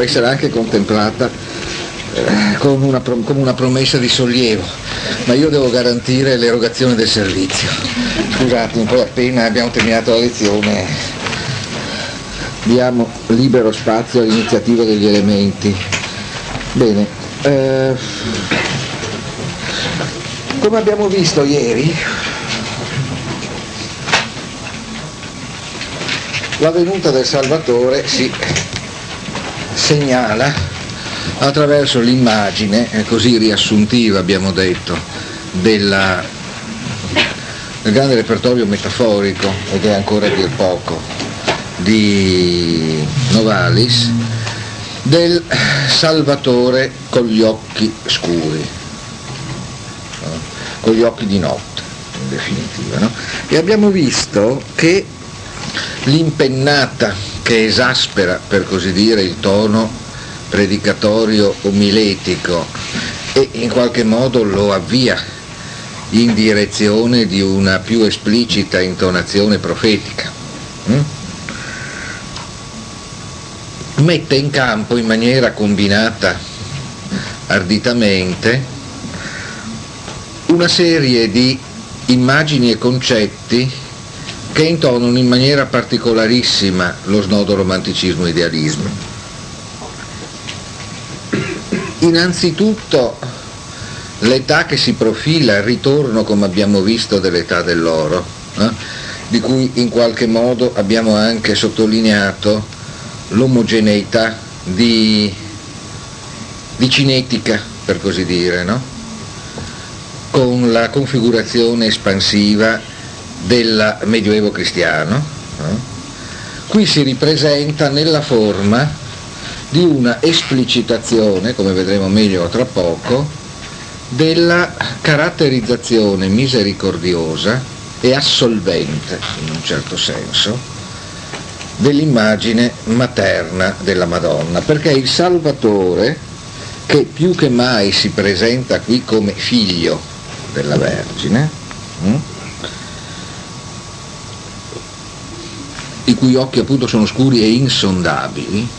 può essere anche contemplata come una promessa di sollievo, ma io devo garantire l'erogazione del servizio. Scusatemi, poi appena abbiamo terminato la lezione diamo libero spazio all'iniziativa degli elementi. Bene, come abbiamo visto ieri, la venuta del Salvatore si segnala attraverso l'immagine, così riassuntiva abbiamo detto, del grande repertorio metaforico, ed è ancora a dir poco, di Novalis, del Salvatore con gli occhi scuri, no? Con gli occhi di notte, in definitiva, no? E abbiamo visto che l'impennata che esaspera, per così dire, il tono predicatorio omiletico e in qualche modo lo avvia in direzione di una più esplicita intonazione profetica, mette in campo in maniera combinata arditamente una serie di immagini e concetti che intonano in maniera particolarissima lo snodo romanticismo-idealismo. Innanzitutto l'età che si profila, il ritorno, come abbiamo visto, dell'età dell'oro, di cui in qualche modo abbiamo anche sottolineato l'omogeneità di cinetica, per così dire, no? Con la configurazione espansiva del Medioevo cristiano. Qui si ripresenta nella forma di una esplicitazione, come vedremo meglio tra poco, della caratterizzazione misericordiosa e assolvente, in un certo senso, dell'immagine materna della Madonna, perché il Salvatore, che più che mai si presenta qui come figlio della Vergine, i cui occhi appunto sono scuri e insondabili,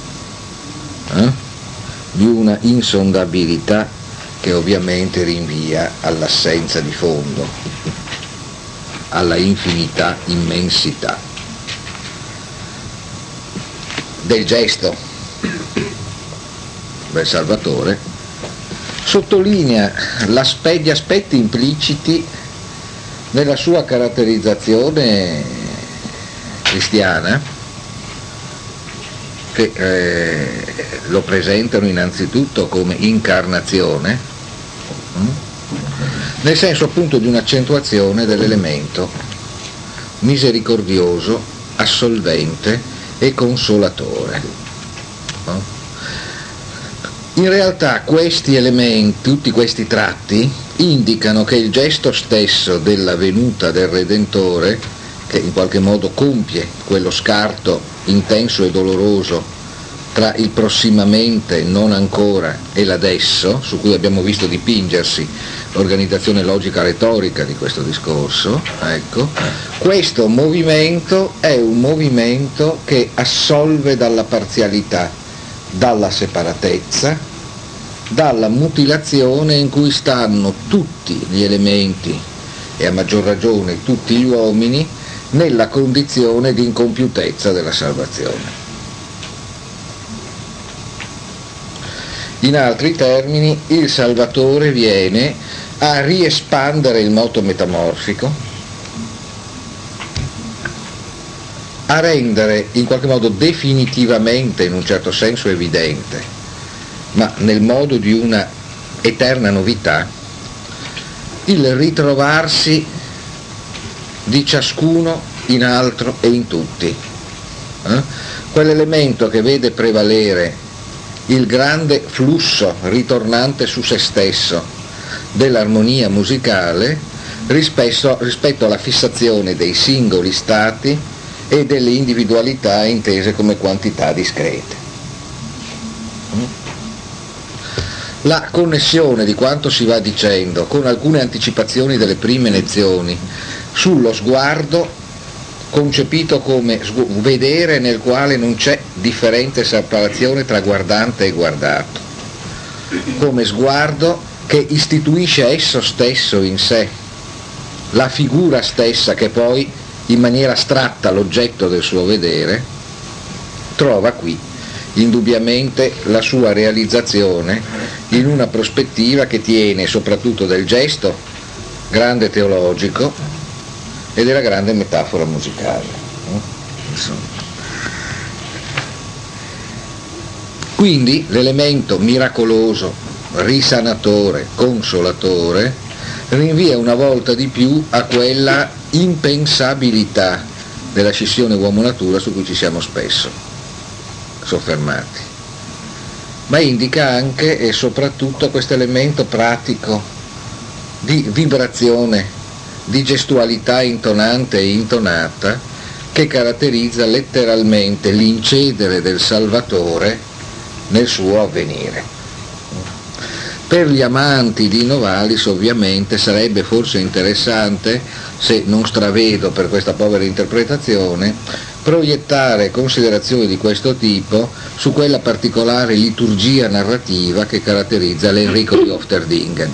di una insondabilità che ovviamente rinvia all'assenza di fondo, alla infinità, immensità del gesto del Salvatore, sottolinea gli aspetti impliciti nella sua caratterizzazione cristiana, che lo presentano innanzitutto come incarnazione, nel senso appunto di un'accentuazione dell'elemento misericordioso, assolvente e consolatore. In realtà questi elementi, tutti questi tratti, indicano che il gesto stesso della venuta del Redentore, che in qualche modo compie quello scarto intenso e doloroso tra il prossimamente, non ancora, e l'adesso, su cui abbiamo visto dipingersi l'organizzazione logica retorica di questo discorso, ecco, questo movimento è un movimento che assolve dalla parzialità, dalla separatezza, dalla mutilazione in cui stanno tutti gli elementi, e a maggior ragione tutti gli uomini, nella condizione di incompiutezza della salvazione. In altri termini, il Salvatore viene a riespandere il moto metamorfico, a rendere in qualche modo definitivamente, in un certo senso evidente, ma nel modo di una eterna novità, il ritrovarsi di ciascuno in altro e in tutti, quell'elemento che vede prevalere il grande flusso ritornante su se stesso dell'armonia musicale rispetto alla fissazione dei singoli stati e delle individualità intese come quantità discrete. La connessione di quanto si va dicendo con alcune anticipazioni delle prime lezioni sullo sguardo concepito come vedere nel quale non c'è differente separazione tra guardante e guardato, come sguardo che istituisce esso stesso in sé, la figura stessa che poi in maniera astratta l'oggetto del suo vedere, trova qui indubbiamente la sua realizzazione in una prospettiva che tiene soprattutto del gesto grande teologico e della grande metafora musicale. Quindi l'elemento miracoloso, risanatore, consolatore, rinvia una volta di più a quella impensabilità della scissione uomo-natura su cui ci siamo spesso soffermati, ma indica anche e soprattutto questo elemento pratico di vibrazione, di gestualità intonante e intonata che caratterizza letteralmente l'incedere del Salvatore nel suo avvenire. Per gli amanti di Novalis ovviamente sarebbe forse interessante, se non stravedo per questa povera interpretazione, proiettare considerazioni di questo tipo su quella particolare liturgia narrativa che caratterizza l'Enrico di Ofterdingen.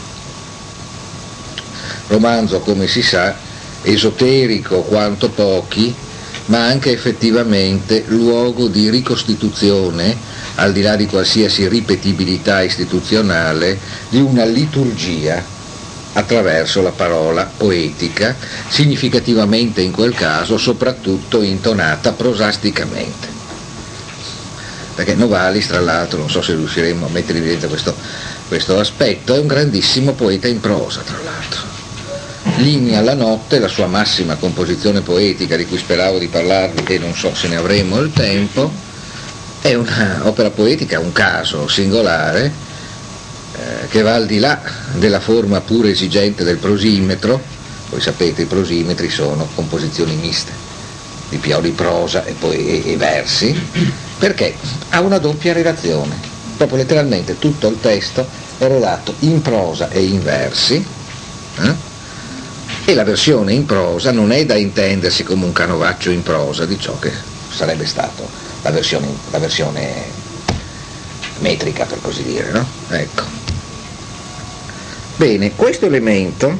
Romanzo, come si sa, esoterico quanto pochi, ma anche effettivamente luogo di ricostituzione, al di là di qualsiasi ripetibilità istituzionale, di una liturgia attraverso la parola poetica, significativamente in quel caso soprattutto intonata prosasticamente. Perché Novalis, tra l'altro, non so se riusciremo a mettere in evidenza questo aspetto, è un grandissimo poeta in prosa, tra l'altro. Linea la notte, la sua massima composizione poetica di cui speravo di parlarvi e non so se ne avremo il tempo, è un'opera poetica, un caso singolare, che va al di là della forma pure esigente del prosimetro. Voi sapete, i prosimetri sono composizioni miste di prosa e versi, perché ha una doppia redazione, proprio letteralmente tutto il testo è redatto in prosa e in versi, e la versione in prosa non è da intendersi come un canovaccio in prosa di ciò che sarebbe stato la versione metrica, per così dire, no? Ecco. Bene, questo elemento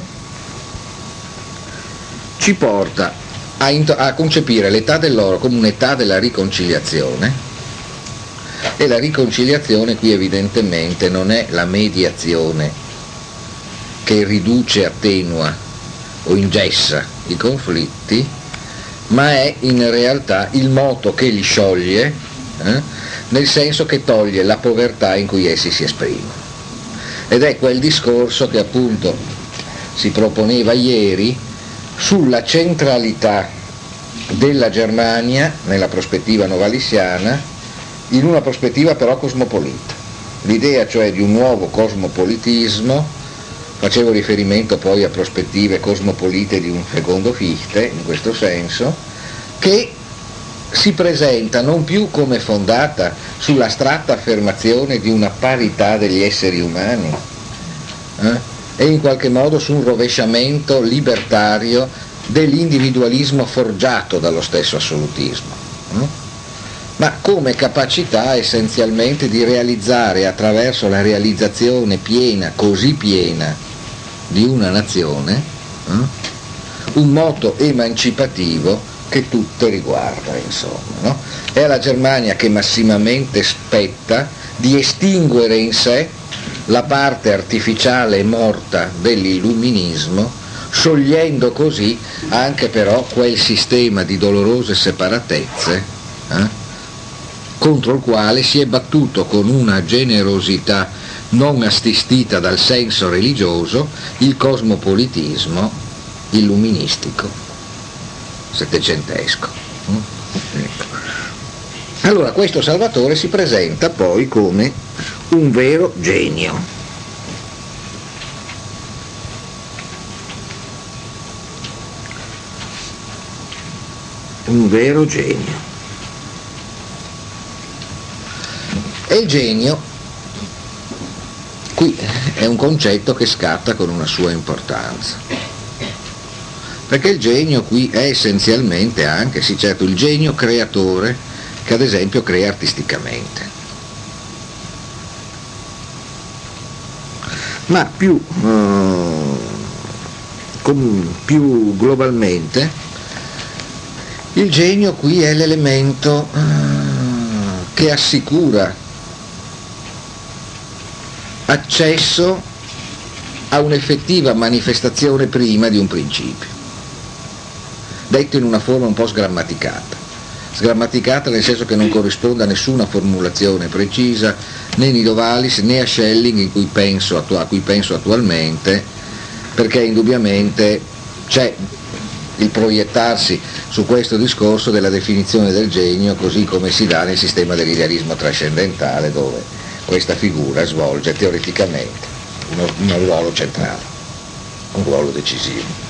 ci porta a concepire l'età dell'oro come un'età della riconciliazione, e la riconciliazione qui evidentemente non è la mediazione che riduce, attenua o ingessa i conflitti, ma è in realtà il moto che li scioglie, nel senso che toglie la povertà in cui essi si esprimono. Ed è quel discorso che appunto si proponeva ieri sulla centralità della Germania nella prospettiva novalisiana, in una prospettiva però cosmopolita. L'idea cioè di un nuovo cosmopolitismo, facevo riferimento poi a prospettive cosmopolite di un secondo Fichte, in questo senso, che si presenta non più come fondata sull'astratta affermazione di una parità degli esseri umani, e in qualche modo su un rovesciamento libertario dell'individualismo forgiato dallo stesso assolutismo, ma come capacità essenzialmente di realizzare attraverso la realizzazione piena, così piena, di una nazione, un moto emancipativo che tutte riguarda, insomma, no? È alla Germania che massimamente spetta di estinguere in sé la parte artificiale e morta dell'illuminismo, sciogliendo così anche però quel sistema di dolorose separatezze contro il quale si è battuto con una generosità non assistita dal senso religioso il cosmopolitismo illuministico settecentesco. Allora questo Salvatore si presenta poi come un vero genio. Un vero genio. E il genio qui è un concetto che scatta con una sua importanza. perché il genio qui è essenzialmente anche, sì certo, il genio creatore che ad esempio crea artisticamente. Ma più globalmente, il genio qui è l'elemento che assicura accesso a un'effettiva manifestazione prima di un principio, detto in una forma un po' sgrammaticata nel senso che non corrisponde a nessuna formulazione precisa, né Nidovalis né a Schelling a cui penso attualmente, perché indubbiamente c'è il proiettarsi su questo discorso della definizione del genio così come si dà nel sistema dell'idealismo trascendentale, dove questa figura svolge teoreticamente un ruolo centrale, un ruolo decisivo.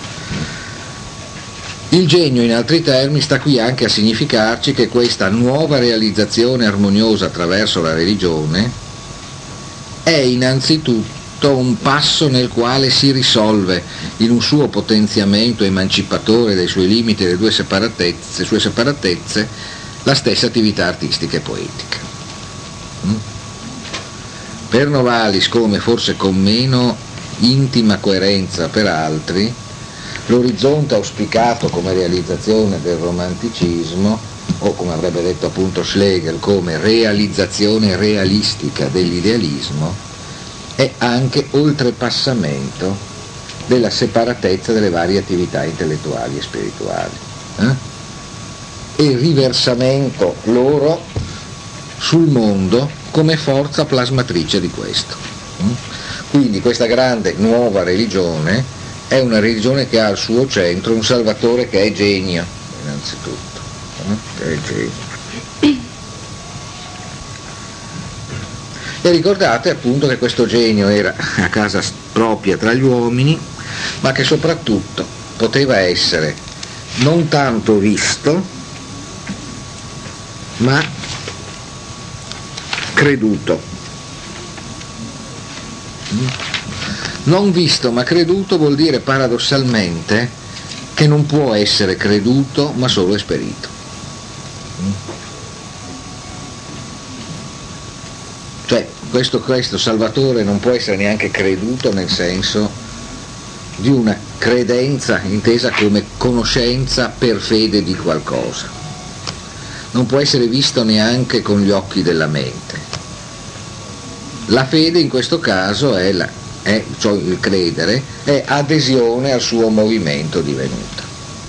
Il genio, in altri termini, sta qui anche a significarci che questa nuova realizzazione armoniosa attraverso la religione è innanzitutto un passo nel quale si risolve, in un suo potenziamento emancipatore dei suoi limiti e delle sue separatezze, la stessa attività artistica e poetica. Per Novalis, come forse con meno intima coerenza per altri, l'orizzonte auspicato come realizzazione del romanticismo, o come avrebbe detto appunto Schlegel, come realizzazione realistica dell'idealismo, è anche oltrepassamento della separatezza delle varie attività intellettuali e spirituali, e riversamento loro sul mondo come forza plasmatrice di questo. Quindi questa grande nuova religione è una religione che ha al suo centro un Salvatore che è genio, innanzitutto, che è genio. E ricordate appunto che questo genio era a casa propria tra gli uomini, ma che soprattutto poteva essere non tanto visto, ma creduto. Non visto ma creduto vuol dire paradossalmente che non può essere creduto ma solo esperito. Cioè questo Salvatore non può essere neanche creduto nel senso di una credenza intesa come conoscenza per fede di qualcosa. Non può essere visto neanche con gli occhi della mente. La fede in questo caso cioè il credere, è adesione al suo movimento di venuta.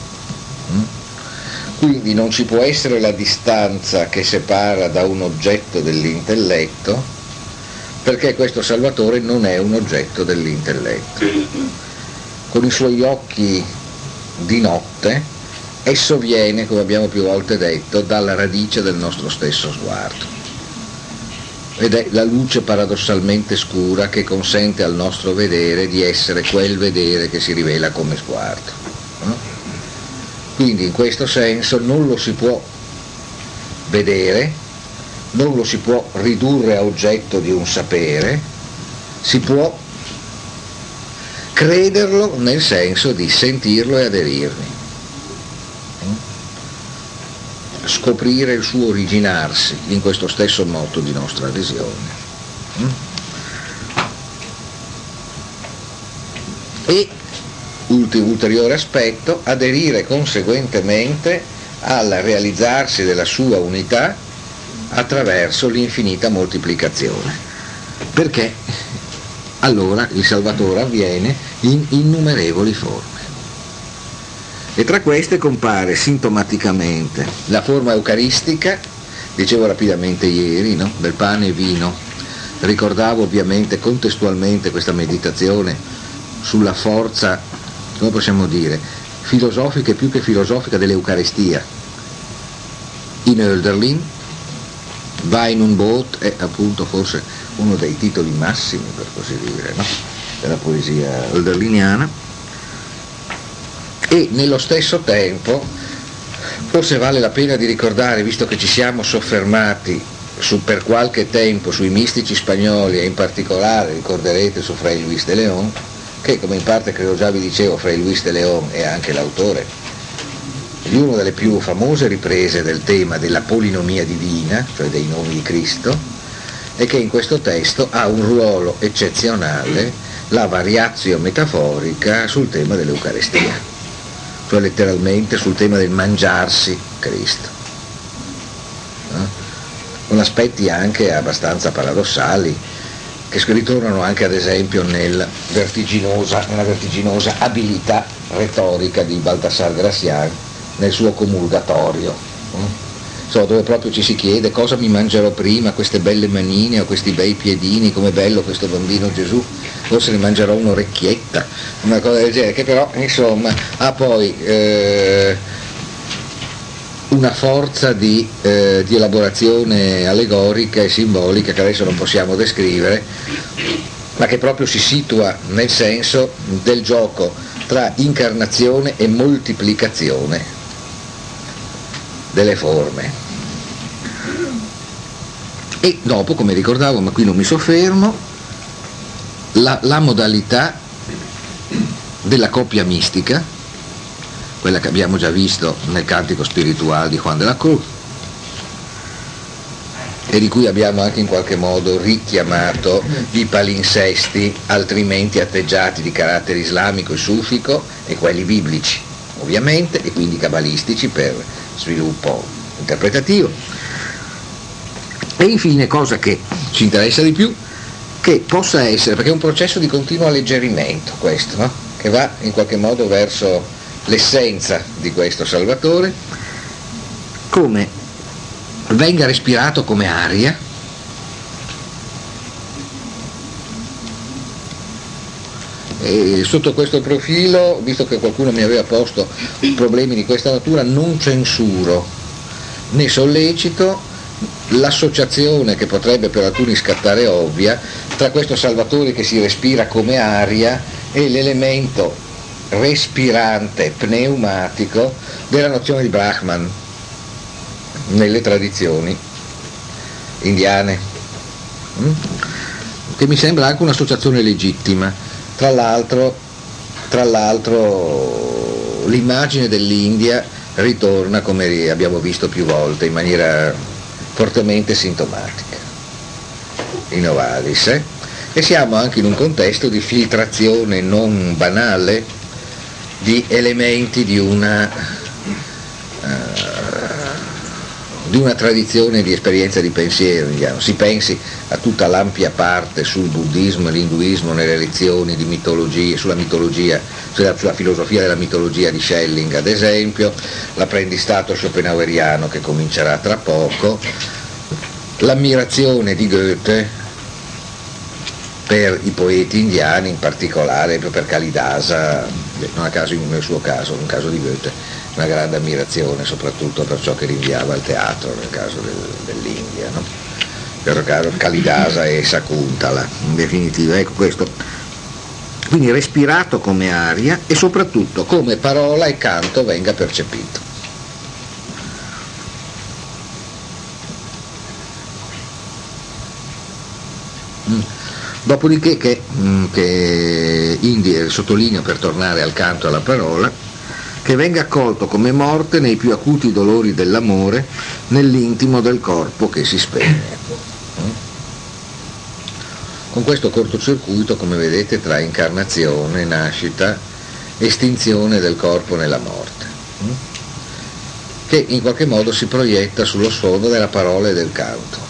Quindi non ci può essere la distanza che separa da un oggetto dell'intelletto, perché questo Salvatore non è un oggetto dell'intelletto. Con i suoi occhi di notte esso viene, come abbiamo più volte detto, dalla radice del nostro stesso sguardo. Ed è la luce paradossalmente scura che consente al nostro vedere di essere quel vedere che si rivela come sguardo. Quindi in questo senso non lo si può vedere, non lo si può ridurre a oggetto di un sapere, si può crederlo nel senso di sentirlo e aderirvi, scoprire il suo originarsi in questo stesso moto di nostra adesione. E ulteriore aspetto, aderire conseguentemente al realizzarsi della sua unità attraverso l'infinita moltiplicazione, perché allora il Salvatore avviene in innumerevoli forme. E tra queste compare sintomaticamente la forma eucaristica, dicevo rapidamente ieri, no? Del pane e vino. Ricordavo ovviamente contestualmente questa meditazione sulla forza, come possiamo dire, filosofica e più che filosofica dell'Eucaristia. In Hölderlin, va in un boot, è appunto forse uno dei titoli massimi, per così dire, no? Della poesia hölderliniana. E nello stesso tempo forse vale la pena di ricordare, visto che ci siamo soffermati per qualche tempo sui mistici spagnoli e in particolare ricorderete su Fray Luis de León, che, come in parte credo già vi dicevo, Fray Luis de León è anche l'autore di una delle più famose riprese del tema della polinomia divina, cioè dei nomi di Cristo, e che in questo testo ha un ruolo eccezionale, la variazio metaforica sul tema dell'Eucaristia, cioè letteralmente sul tema del mangiarsi Cristo, con aspetti anche abbastanza paradossali, che ritornano anche ad esempio nella vertiginosa abilità retorica di Baltasar Gracián nel suo Comulgatorio, insomma, dove proprio ci si chiede cosa mi mangerò prima, queste belle manine o questi bei piedini, com'è bello questo bambino Gesù, forse ne mangerò un'orecchietta, una cosa del genere, che però insomma ha poi una forza di elaborazione allegorica e simbolica che adesso non possiamo descrivere, ma che proprio si situa nel senso del gioco tra incarnazione e moltiplicazione delle forme. E dopo, come ricordavo, ma qui non mi soffermo, la modalità della coppia mistica, quella che abbiamo già visto nel cantico spirituale di Juan de la Cruz, e di cui abbiamo anche in qualche modo richiamato i palinsesti altrimenti atteggiati di carattere islamico e sufico e quelli biblici, ovviamente, e quindi cabalistici per sviluppo interpretativo. E infine, cosa che ci interessa di più, che possa essere, perché è un processo di continuo alleggerimento questo, no? Che va in qualche modo verso l'essenza di questo Salvatore, come venga respirato come aria, e sotto questo profilo, visto che qualcuno mi aveva posto problemi di questa natura, non censuro né sollecito l'associazione, che potrebbe per alcuni scattare ovvia, tra questo Salvatore che si respira come aria e l'elemento respirante pneumatico della nozione di Brahman nelle tradizioni indiane, che mi sembra anche un'associazione legittima. Tra l'altro l'immagine dell'India ritorna, come abbiamo visto più volte, in maniera fortemente sintomatica in Ovalis, e siamo anche in un contesto di filtrazione non banale di elementi di una tradizione di esperienza di pensiero indiano. Si pensi a tutta l'ampia parte sul buddismo e l'induismo nelle lezioni di mitologia, sulla mitologia, sulla filosofia della mitologia di Schelling ad esempio, l'apprendistato schopenhaueriano che comincerà tra poco, l'ammirazione di Goethe per i poeti indiani, in particolare per Kalidasa, non a caso nel suo caso, nel caso di Goethe, una grande ammirazione soprattutto per ciò che rinviava al teatro nel caso dell'India, no? Per Kalidasa e Sakuntala, in definitiva, ecco questo. Quindi respirato come aria e soprattutto come parola e canto venga percepito. Dopodiché che sottolineo, per tornare al canto e alla parola, che venga accolto come morte nei più acuti dolori dell'amore, nell'intimo del corpo che si spegne. Con questo cortocircuito, come vedete, tra incarnazione, nascita, estinzione del corpo nella morte, che in qualche modo si proietta sullo sfondo della parola e del canto.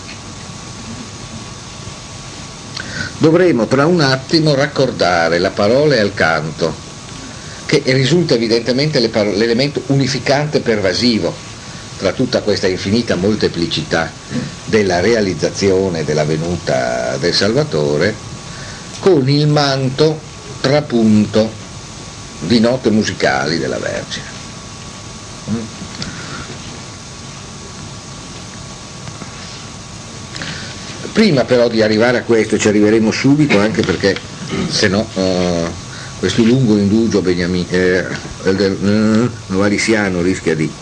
Dovremo tra un attimo raccordare la parola e il canto, che risulta evidentemente l'elemento unificante pervasivo tra tutta questa infinita molteplicità della realizzazione della venuta del Salvatore, con il manto trapunto di note musicali della Vergine. Prima però di arrivare a questo, ci arriveremo subito, anche perché se no questo lungo indugio novalisiano rischia di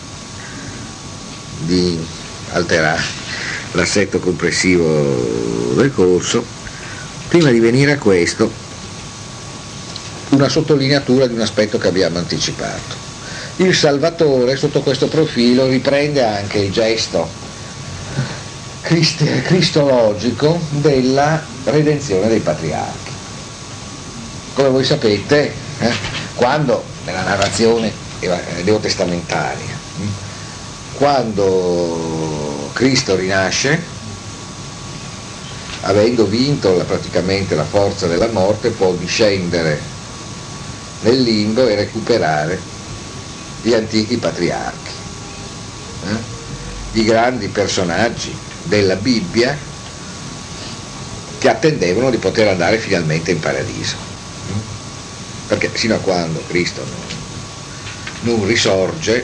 alterare l'assetto complessivo del corso. Prima di venire a questo una sottolineatura di un aspetto che abbiamo anticipato. Il Salvatore sotto questo profilo riprende anche il gesto cristologico della redenzione dei patriarchi. Come voi sapete, quando nella narrazione neotestamentaria, quando Cristo rinasce, avendo vinto praticamente la forza della morte, può discendere nel limbo e recuperare gli antichi patriarchi, i grandi personaggi della Bibbia che attendevano di poter andare finalmente in paradiso, perché sino a quando Cristo non risorge,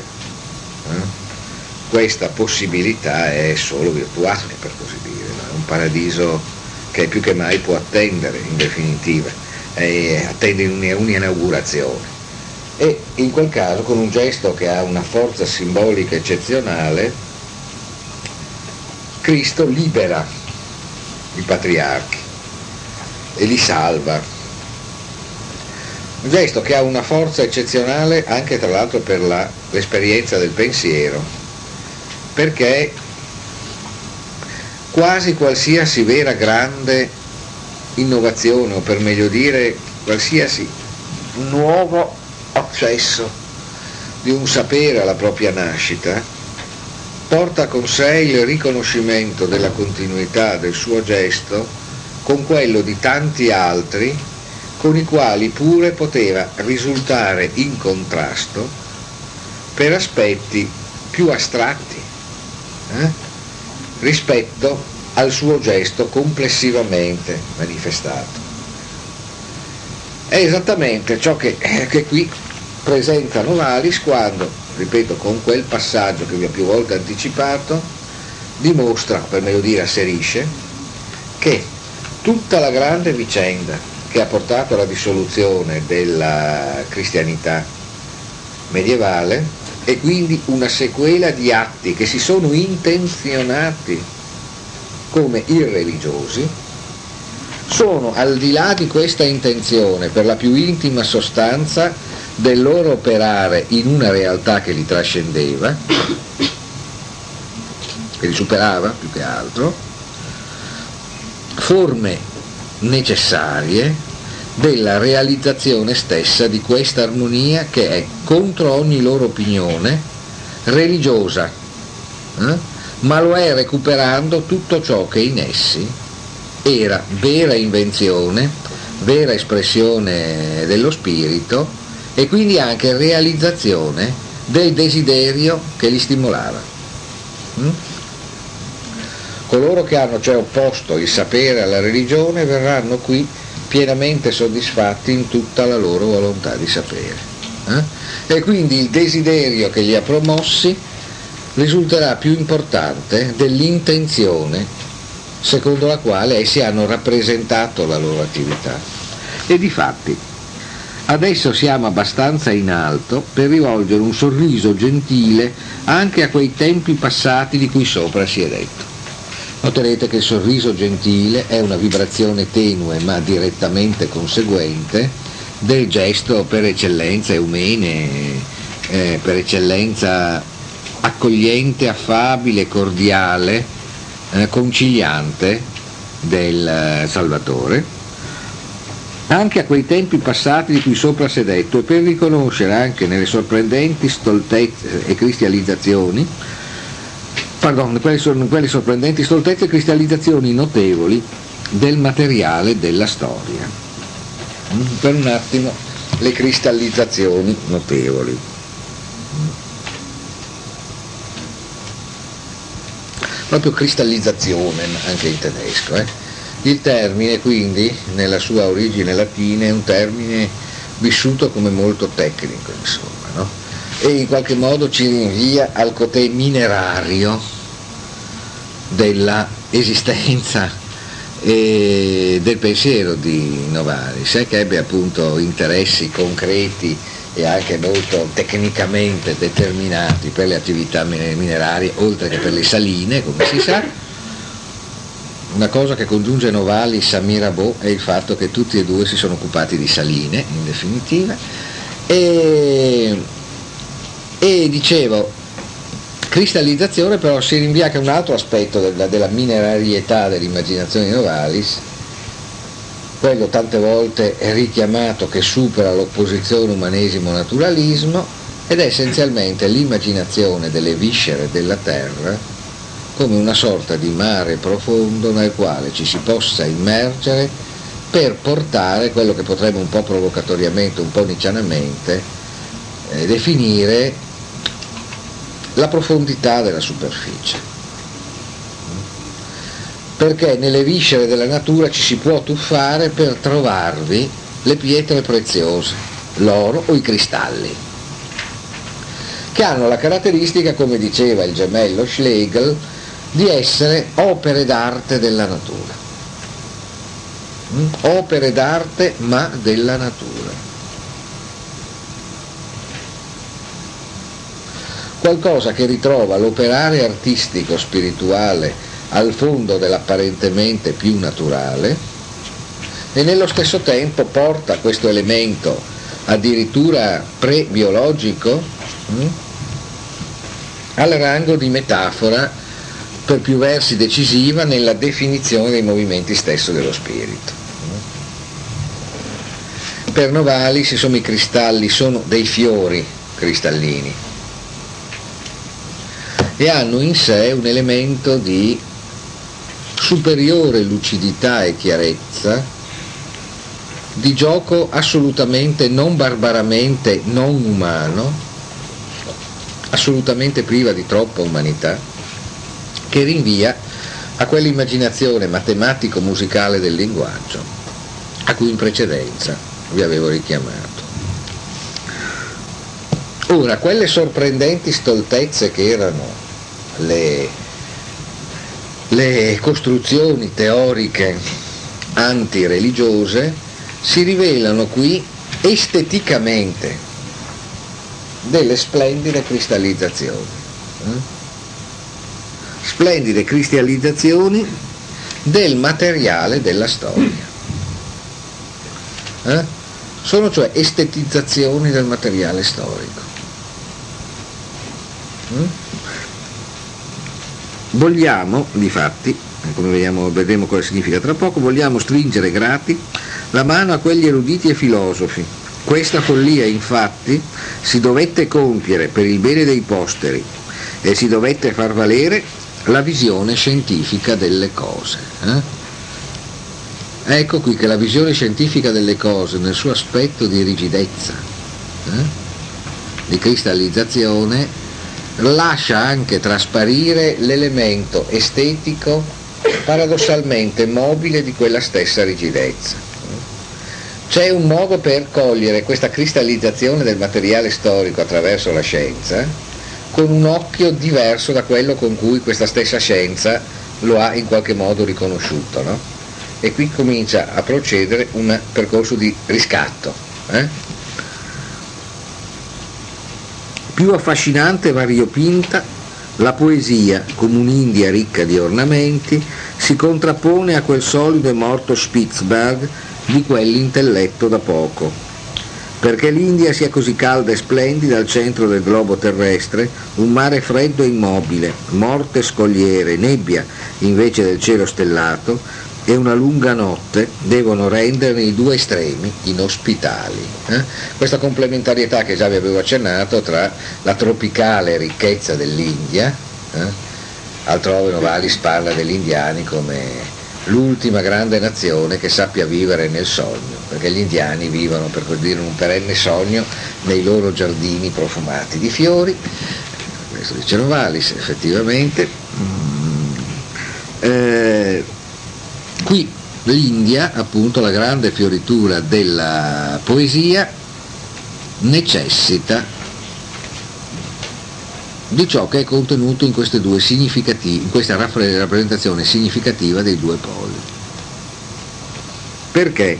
questa possibilità è solo virtuale, per così dire, è un paradiso che più che mai può attendere, in definitiva, attende un'inaugurazione. E in quel caso, con un gesto che ha una forza simbolica eccezionale, Cristo libera i patriarchi e li salva. Un gesto che ha una forza eccezionale anche tra l'altro per l'esperienza del pensiero, perché quasi qualsiasi vera grande innovazione, o per meglio dire qualsiasi nuovo accesso di un sapere alla propria nascita, porta con sé il riconoscimento della continuità del suo gesto con quello di tanti altri con i quali pure poteva risultare in contrasto per aspetti più astratti rispetto al suo gesto complessivamente manifestato. È esattamente ciò che qui presenta Novalis quando, ripeto, con quel passaggio che vi ho più volte anticipato, dimostra, per meglio dire asserisce, che tutta la grande vicenda che ha portato alla dissoluzione della cristianità medievale è quindi una sequela di atti che si sono intenzionati come irreligiosi, sono al di là di questa intenzione per la più intima sostanza del loro operare in una realtà che li trascendeva, che li superava più che altro, forme necessarie della realizzazione stessa di questa armonia che è contro ogni loro opinione religiosa, ma lo è recuperando tutto ciò che in essi era vera invenzione, vera espressione dello spirito e quindi anche realizzazione del desiderio che li stimolava. Coloro che hanno cioè opposto il sapere alla religione verranno qui pienamente soddisfatti in tutta la loro volontà di sapere. E quindi il desiderio che li ha promossi risulterà più importante dell'intenzione secondo la quale essi hanno rappresentato la loro attività. E difatti adesso siamo abbastanza in alto per rivolgere un sorriso gentile anche a quei tempi passati di cui sopra si è detto. Noterete che il sorriso gentile è una vibrazione tenue ma direttamente conseguente del gesto per eccellenza eumene, per eccellenza accogliente, affabile, cordiale, conciliante del Salvatore, anche a quei tempi passati di cui sopra si è detto, e per riconoscere anche nelle sorprendenti stoltezze e cristallizzazioni, quelle sorprendenti stoltezze e cristallizzazioni notevoli del materiale della storia. Per un attimo le cristallizzazioni notevoli. Proprio cristallizzazione anche in tedesco. Il termine quindi nella sua origine latina è un termine vissuto come molto tecnico, insomma, no? E in qualche modo ci rinvia al cotè minerario della esistenza e del pensiero di Novalis, che ebbe appunto interessi concreti e anche molto tecnicamente determinati per le attività minerarie, oltre che per le saline, come si sa, una cosa che congiunge Novalis a Mirabeau è il fatto che tutti e due si sono occupati di saline, in definitiva, e dicevo, cristallizzazione però si rinvia anche a un altro aspetto della minerarietà dell'immaginazione di Novalis, quello tante volte è richiamato che supera l'opposizione umanesimo-naturalismo, ed è essenzialmente l'immaginazione delle viscere della terra come una sorta di mare profondo nel quale ci si possa immergere per portare quello che potremmo un po' provocatoriamente, un po' niccianamente definire la profondità della superficie. Perché nelle viscere della natura ci si può tuffare per trovarvi le pietre preziose, l'oro o i cristalli, che hanno la caratteristica, come diceva il gemello Schlegel, di essere opere d'arte della natura. Opere d'arte ma della natura. Qualcosa che ritrova l'operare artistico spirituale al fondo dell'apparentemente più naturale e nello stesso tempo porta questo elemento addirittura pre-biologico al rango di metafora per più versi decisiva nella definizione dei movimenti stesso dello spirito. Per Novalis insomma i cristalli sono dei fiori cristallini e hanno in sé un elemento di superiore lucidità e chiarezza, di gioco assolutamente non barbaramente non umano, assolutamente priva di troppa umanità, che rinvia a quell'immaginazione matematico-musicale del linguaggio a cui in precedenza vi avevo richiamato. Ora, quelle sorprendenti stoltezze che erano le costruzioni teoriche antireligiose si rivelano qui esteticamente delle splendide cristallizzazioni. Splendide cristallizzazioni del materiale della storia. Sono cioè estetizzazioni del materiale storico. Vogliamo, difatti, come vedremo cosa significa tra poco, vogliamo stringere grati la mano a quegli eruditi e filosofi. Questa follia, infatti, si dovette compiere per il bene dei posteri e si dovette far valere la visione scientifica delle cose. Ecco qui che la visione scientifica delle cose, nel suo aspetto di rigidezza, di cristallizzazione, lascia anche trasparire l'elemento estetico paradossalmente mobile di quella stessa rigidezza. C'è un modo per cogliere questa cristallizzazione del materiale storico attraverso la scienza con un occhio diverso da quello con cui questa stessa scienza lo ha in qualche modo riconosciuto, no? E qui comincia a procedere un percorso di riscatto. Più affascinante e variopinta, la poesia, come un'India ricca di ornamenti, si contrappone a quel solido e morto Spitzberg di quell'intelletto da poco. Perché l'India sia così calda e splendida al centro del globo terrestre, un mare freddo e immobile, morte scogliere, nebbia invece del cielo stellato, e una lunga notte devono renderne i due estremi inospitali. Questa complementarietà che già vi avevo accennato tra la tropicale ricchezza dell'India, altrove Novalis parla degli indiani come l'ultima grande nazione che sappia vivere nel sogno, perché gli indiani vivono, per così dire, un perenne sogno nei loro giardini profumati di fiori. Questo dice Novalis, effettivamente. Qui l'India, appunto, la grande fioritura della poesia, necessita di ciò che è contenuto in queste due in questa rappresentazione significativa dei due poli. Perché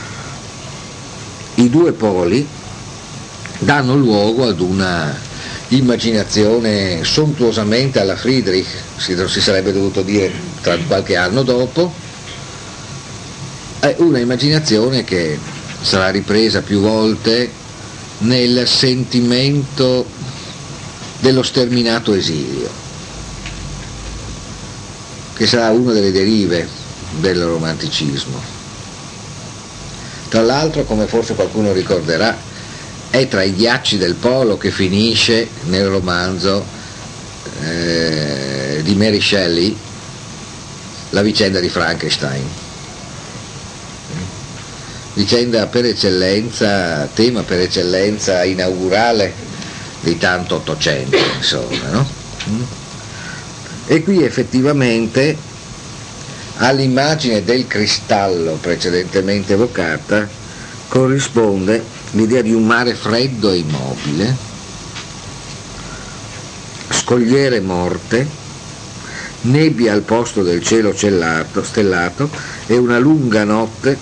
i due poli danno luogo ad una immaginazione sontuosamente alla Friedrich, si sarebbe dovuto dire tra qualche anno dopo, è una immaginazione che sarà ripresa più volte nel sentimento dello sterminato esilio, che sarà una delle derive del romanticismo. Tra l'altro, come forse qualcuno ricorderà, è tra i ghiacci del polo che finisce nel romanzo di Mary Shelley la vicenda di Frankenstein, vicenda per eccellenza, tema per eccellenza inaugurale di tanto Ottocento, insomma, no? E qui effettivamente all'immagine del cristallo precedentemente evocata corrisponde l'idea di un mare freddo e immobile, scogliere morte, nebbia al posto del cielo stellato e una lunga notte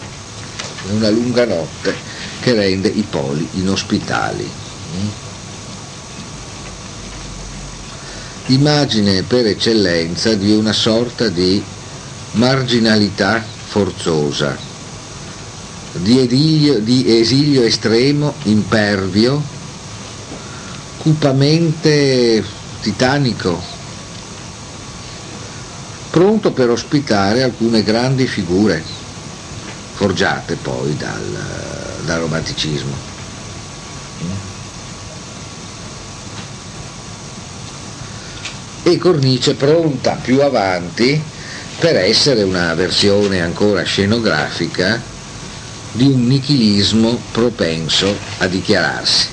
che rende i poli inospitali. Immagine per eccellenza di una sorta di marginalità forzosa, di esilio estremo, impervio, cupamente titanico, pronto per ospitare alcune grandi figure forgiate poi dal romanticismo. E cornice pronta più avanti per essere una versione ancora scenografica di un nichilismo propenso a dichiararsi.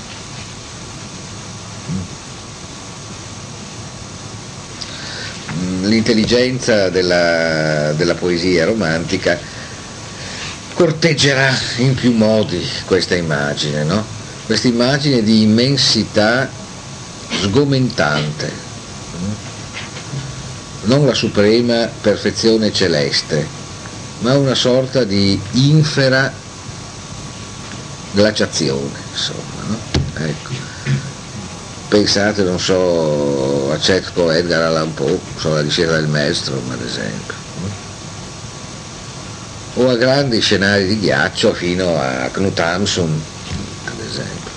L'intelligenza della poesia romantica corteggerà in più modi questa immagine, no? Questa immagine di immensità sgomentante, non la suprema perfezione celeste, ma una sorta di infera glaciazione, insomma, no? Ecco. Pensate, non so, a Chetko, Edgar Allan Poe, La discesa del Maelstrom, ad esempio, o a grandi scenari di ghiaccio fino a Knut Hamsun, ad esempio.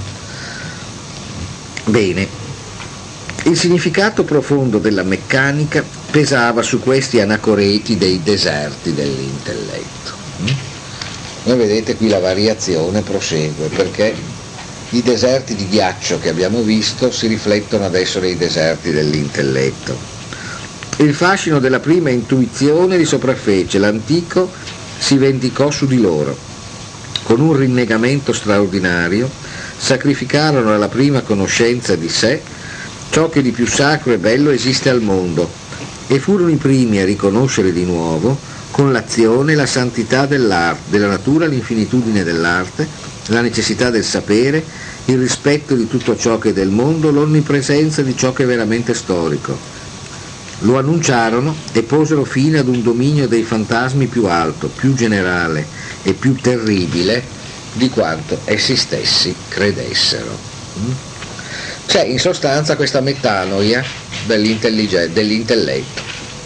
Bene. Il significato profondo della meccanica pesava su questi anacoreti dei deserti dell'intelletto. Voi vedete qui la variazione prosegue, perché i deserti di ghiaccio che abbiamo visto si riflettono adesso nei deserti dell'intelletto. Il fascino della prima intuizione li sopraffece, l'antico si vendicò su di loro. Con un rinnegamento straordinario sacrificarono alla prima conoscenza di sé ciò che di più sacro e bello esiste al mondo, e furono i primi a riconoscere di nuovo, con l'azione, la santità della natura, l'infinitudine dell'arte, la necessità del sapere, il rispetto di tutto ciò che è del mondo, l'onnipresenza di ciò che è veramente storico. Lo annunciarono e posero fine ad un dominio dei fantasmi più alto, più generale e più terribile di quanto essi stessi credessero. C'è in sostanza questa metanoia dell'intelletto,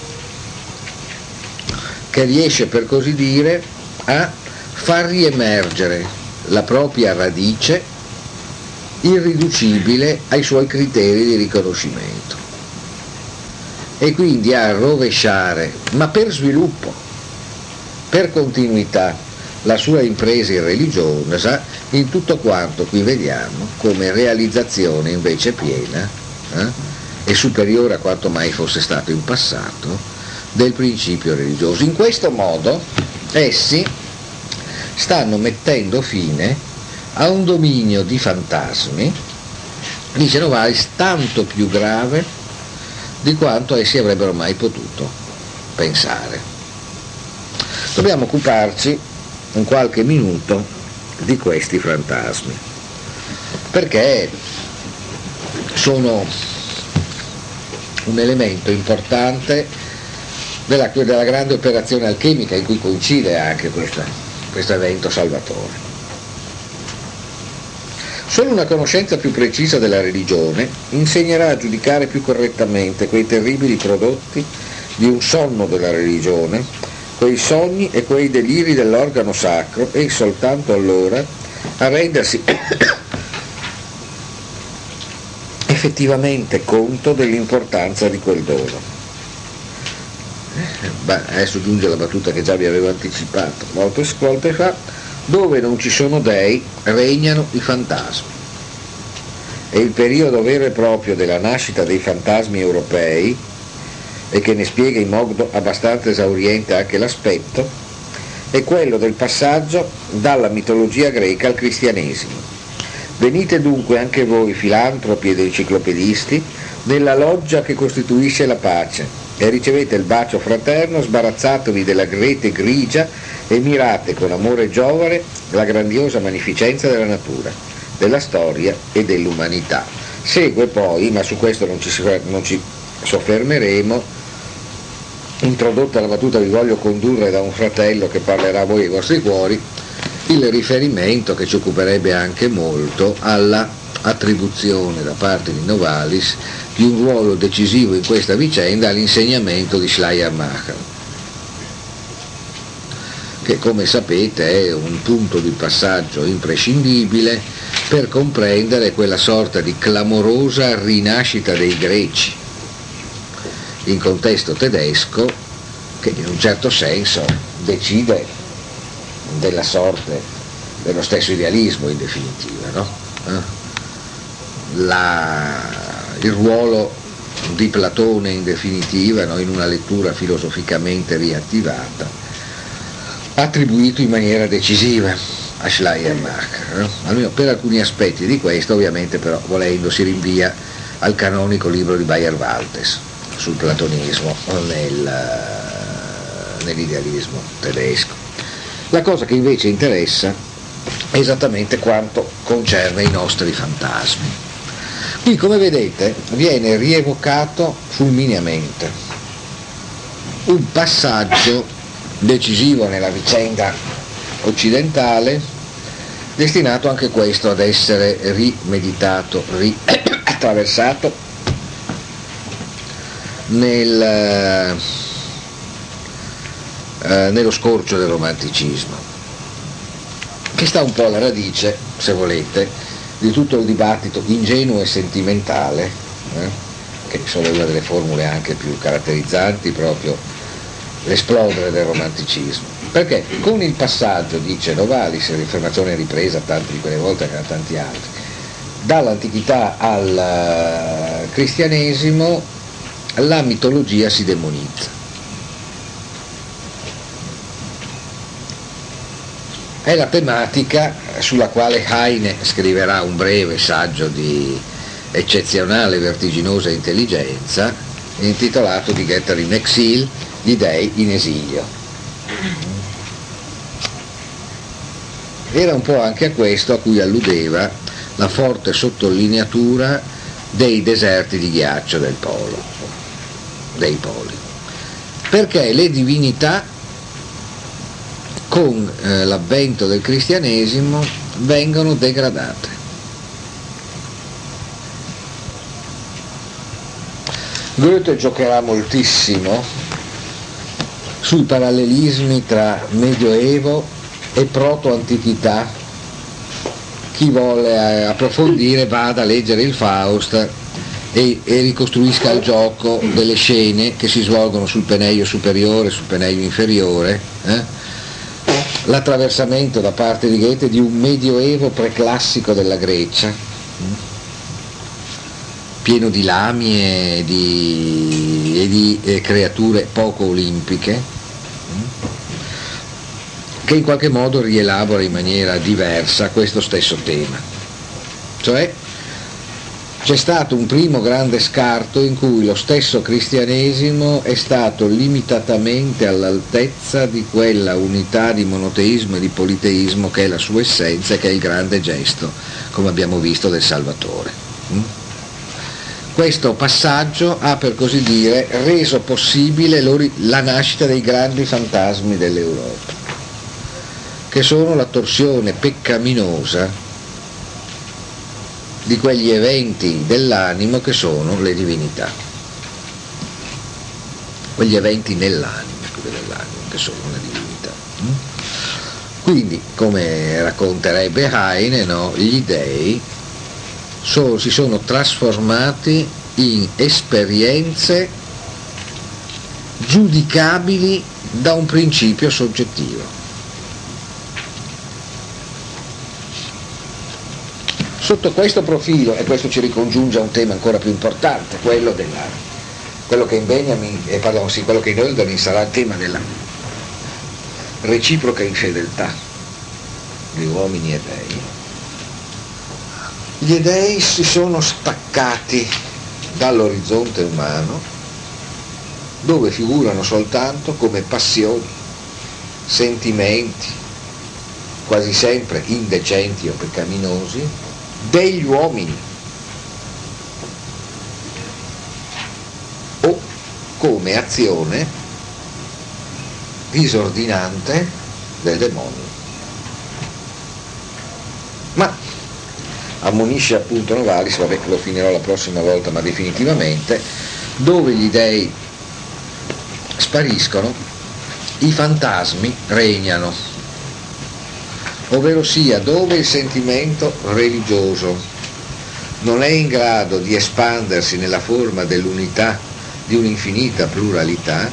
che riesce, per così dire, a far riemergere la propria radice irriducibile ai suoi criteri di riconoscimento, e quindi a rovesciare, ma per sviluppo, per continuità, la sua impresa irreligiosa in tutto quanto qui vediamo come realizzazione invece piena e superiore a quanto mai fosse stato in passato del principio religioso. In questo modo essi stanno mettendo fine a un dominio di fantasmi, dice Novalis, tanto più grave di quanto essi avrebbero mai potuto pensare. Dobbiamo occuparci in qualche minuto di questi fantasmi, perché sono un elemento importante della grande operazione alchemica in cui coincide anche questo evento salvatore. Solo una conoscenza più precisa della religione insegnerà a giudicare più correttamente quei terribili prodotti di un sonno della religione, quei sogni e quei deliri dell'organo sacro, e soltanto allora a rendersi effettivamente conto dell'importanza di quel dono. Adesso giunge la battuta che già vi avevo anticipato molte volte fa: dove non ci sono dei regnano i fantasmi. E il periodo vero e proprio della nascita dei fantasmi europei, e che ne spiega in modo abbastanza esauriente anche l'aspetto, è quello del passaggio dalla mitologia greca al cristianesimo. Venite dunque anche voi, filantropi ed enciclopedisti, nella loggia che costituisce la pace, e ricevete il bacio fraterno, sbarazzatevi della rete grigia e mirate con amore giovane la grandiosa magnificenza della natura, della storia e dell'umanità. Segue poi, ma su questo non ci soffermeremo, introdotta la battuta vi voglio condurre da un fratello che parlerà a voi e ai vostri cuori, il riferimento che ci occuperebbe anche molto alla attribuzione da parte di Novalis di un ruolo decisivo in questa vicenda all'insegnamento di Schleiermacher, che come sapete è un punto di passaggio imprescindibile per comprendere quella sorta di clamorosa rinascita dei greci in contesto tedesco, che in un certo senso decide della sorte dello stesso idealismo in definitiva, no? Il ruolo di Platone in definitiva, no? In una lettura filosoficamente riattivata, attribuito in maniera decisiva a Schleiermacher, no? Almeno per alcuni aspetti di questo, ovviamente, però volendo si rinvia al canonico libro di Bayer-Waltes sul platonismo nell'idealismo tedesco. La cosa che invece interessa è esattamente quanto concerne i nostri fantasmi. Qui, come vedete, viene rievocato fulmineamente un passaggio decisivo nella vicenda occidentale, destinato anche questo ad essere rimeditato, attraversato nello scorcio del romanticismo, che sta un po' alla radice, se volete, di tutto il dibattito ingenuo e sentimentale, che sono una delle formule anche più caratterizzanti proprio l'esplodere del romanticismo. Perché con il passaggio, dice Novalis, l'affermazione è ripresa tante di quelle volte che da tanti altri, dall'antichità al cristianesimo, la mitologia si demonizza. È la tematica sulla quale Heine scriverà un breve saggio di eccezionale vertiginosa intelligenza intitolato Die Götter in Exil, gli dei in esilio. Era un po' anche a questo a cui alludeva la forte sottolineatura dei deserti di ghiaccio del polo, dei poli, perché le divinità con l'avvento del cristianesimo vengono degradate. Goethe giocherà moltissimo sui parallelismi tra Medioevo e proto-antichità. Chi vuole approfondire vada a leggere il Faust e ricostruisca il gioco delle scene che si svolgono sul Peneio superiore, sul Peneio inferiore, l'attraversamento da parte di Goethe di un medioevo preclassico della Grecia, pieno di lamie e di creature poco olimpiche, che in qualche modo rielabora in maniera diversa questo stesso tema. Cioè, c'è stato un primo grande scarto in cui lo stesso cristianesimo è stato limitatamente all'altezza di quella unità di monoteismo e di politeismo che è la sua essenza e che è il grande gesto, come abbiamo visto, del Salvatore. Questo passaggio ha, per così dire, reso possibile la nascita dei grandi fantasmi dell'Europa, che sono la torsione peccaminosa di quegli eventi dell'animo che sono le divinità, quegli eventi nell'animo che sono le divinità. Quindi, come racconterebbe Heine, no, gli dei si sono trasformati in esperienze giudicabili da un principio soggettivo. Sotto questo profilo, e questo ci ricongiunge a un tema ancora più importante, quello che in Benjamin, quello che in Hölderlin sarà il tema della reciproca infedeltà di uomini e dei. Gli dei si sono staccati dall'orizzonte umano, dove figurano soltanto come passioni, sentimenti, quasi sempre indecenti o peccaminosi, degli uomini, o come azione disordinante del demonio. Ma ammonisce appunto Novalis, vabbè, lo finirò la prossima volta, ma definitivamente, dove gli dei spariscono, i fantasmi regnano, ovvero sia dove il sentimento religioso non è in grado di espandersi nella forma dell'unità di un'infinita pluralità,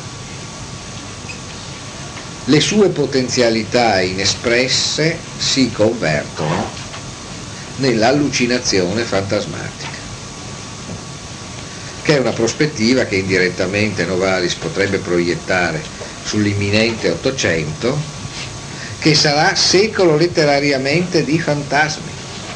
le sue potenzialità inespresse si convertono nell'allucinazione fantasmatica, che è una prospettiva che indirettamente Novalis potrebbe proiettare sull'imminente Ottocento, che sarà secolo letterariamente di fantasmi,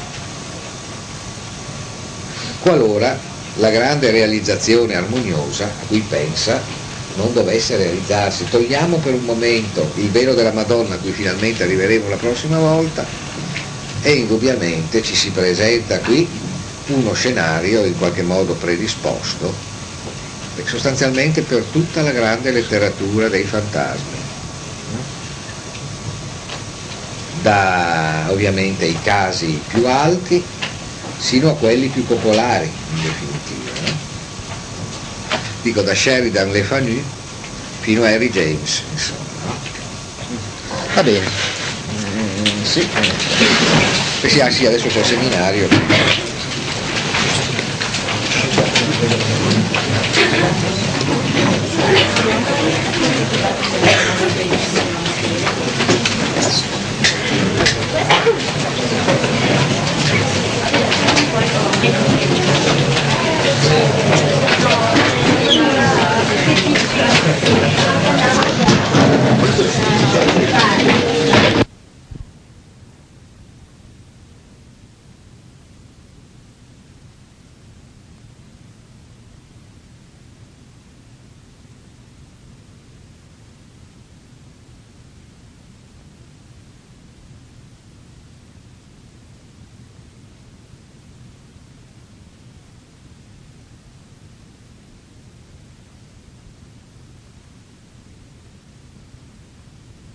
qualora la grande realizzazione armoniosa a cui pensa non dovesse realizzarsi. Togliamo per un momento il velo della Madonna, a cui finalmente arriveremo la prossima volta, e indubbiamente ci si presenta qui uno scenario in qualche modo predisposto sostanzialmente per tutta la grande letteratura dei fantasmi, da ovviamente i casi più alti sino a quelli più popolari, in definitiva, no? Dico, da Sheridan Le Fanu fino a Harry James, insomma, no? Va bene. Sì. Sì, adesso c'è il seminario.